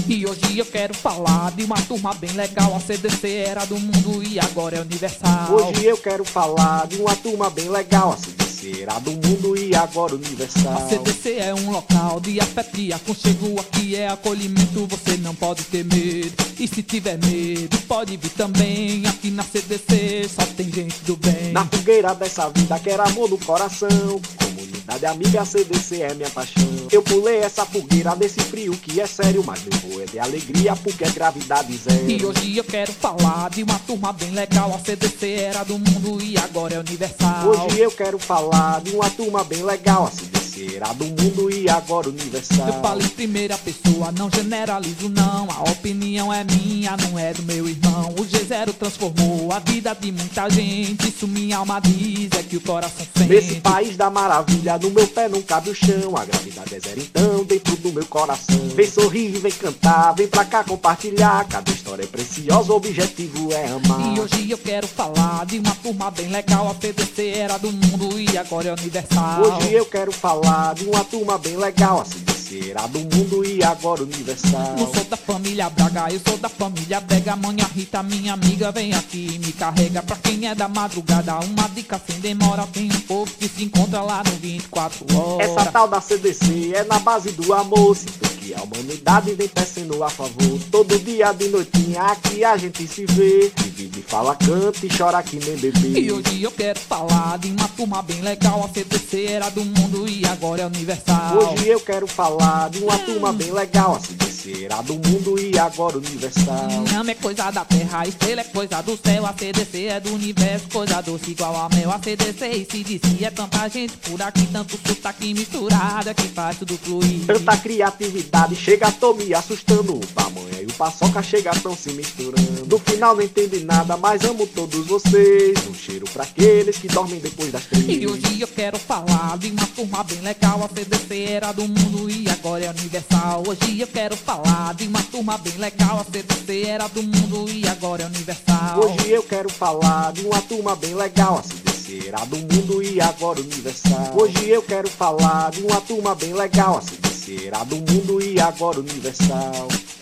E hoje eu quero falar de uma turma bem legal. A CDC era do mundo e agora é universal. Hoje eu quero falar de uma turma bem legal. A CDC era do mundo e agora universal. A CDC é um local de afeto e aconchego. Aqui é acolhimento, você não pode ter medo. E se tiver medo, pode vir também. Aqui na CDC só tem gente do bem. Na fogueira dessa vida quero amor no coração. Comunidade amiga, a CDC é minha paixão. Eu pulei essa fogueira desse frio que é sério, mas meu voo é de alegria porque é gravidade zero. E hoje eu quero falar de uma turma bem legal. A CDC era do mundo e agora é universal. Hoje eu quero falar de uma turma bem legal. A CDC era do mundo e agora universal. Eu falo em primeira pessoa, não generalizo não. A opinião é minha, não é do meu irmão. O G0 transformou a vida de muita gente. Isso minha alma diz, é que o coração sente. Nesse país da maravilha, no meu pé não cabe o chão. A gravidade é zero então, dentro do meu coração. Vem sorrir, vem cantar, vem pra cá compartilhar. Cada história é preciosa, o objetivo é amar. E hoje eu quero falar de uma turma bem legal. A CDC era do mundo e agora é universal. Hoje eu quero falar de uma turma bem legal. A CDC era do mundo e agora universal. Não sou da família Braga, eu sou da família Brega. Mãe Rita, minha amiga, vem aqui e me carrega. Pra quem é da madrugada, uma dica sem demora. Tem um povo que se encontra lá no 24 horas. Essa tal da CDC é na base do amor. Sinto que a humanidade vem tecendo a favor. Todo dia de noitinha aqui a gente se vê. Vive, fala, canta e chora que nem bebê. E hoje eu quero falar de uma turma bem legal. A CDC era do mundo e agora é universal. Hoje eu quero falar de uma turma bem legal. A CDC era do mundo e agora universal. Ama é coisa da terra, estrela é coisa do céu. A CDC é do universo, coisa doce igual a mel. A CDC e CDC é tanta gente por aqui, tanto sotaque misturado é que faz tudo fluir. Tanta criatividade, chega, tô me assustando. O Pamonha e o Paçoca chega, tão se misturando. No final não entendi nada, mas amo todos vocês. Um cheiro pra aqueles que dormem depois das 3. E hoje eu quero falar de uma turma bem legal. A CDC era do mundo e agora é universal. Hoje eu quero falar de uma turma bem legal. A CDC era do mundo e agora é universal. Hoje eu quero falar de uma turma bem legal. A CDC era do mundo e agora universal. Hoje eu quero falar de uma turma bem legal. A CDC era do mundo e agora universal.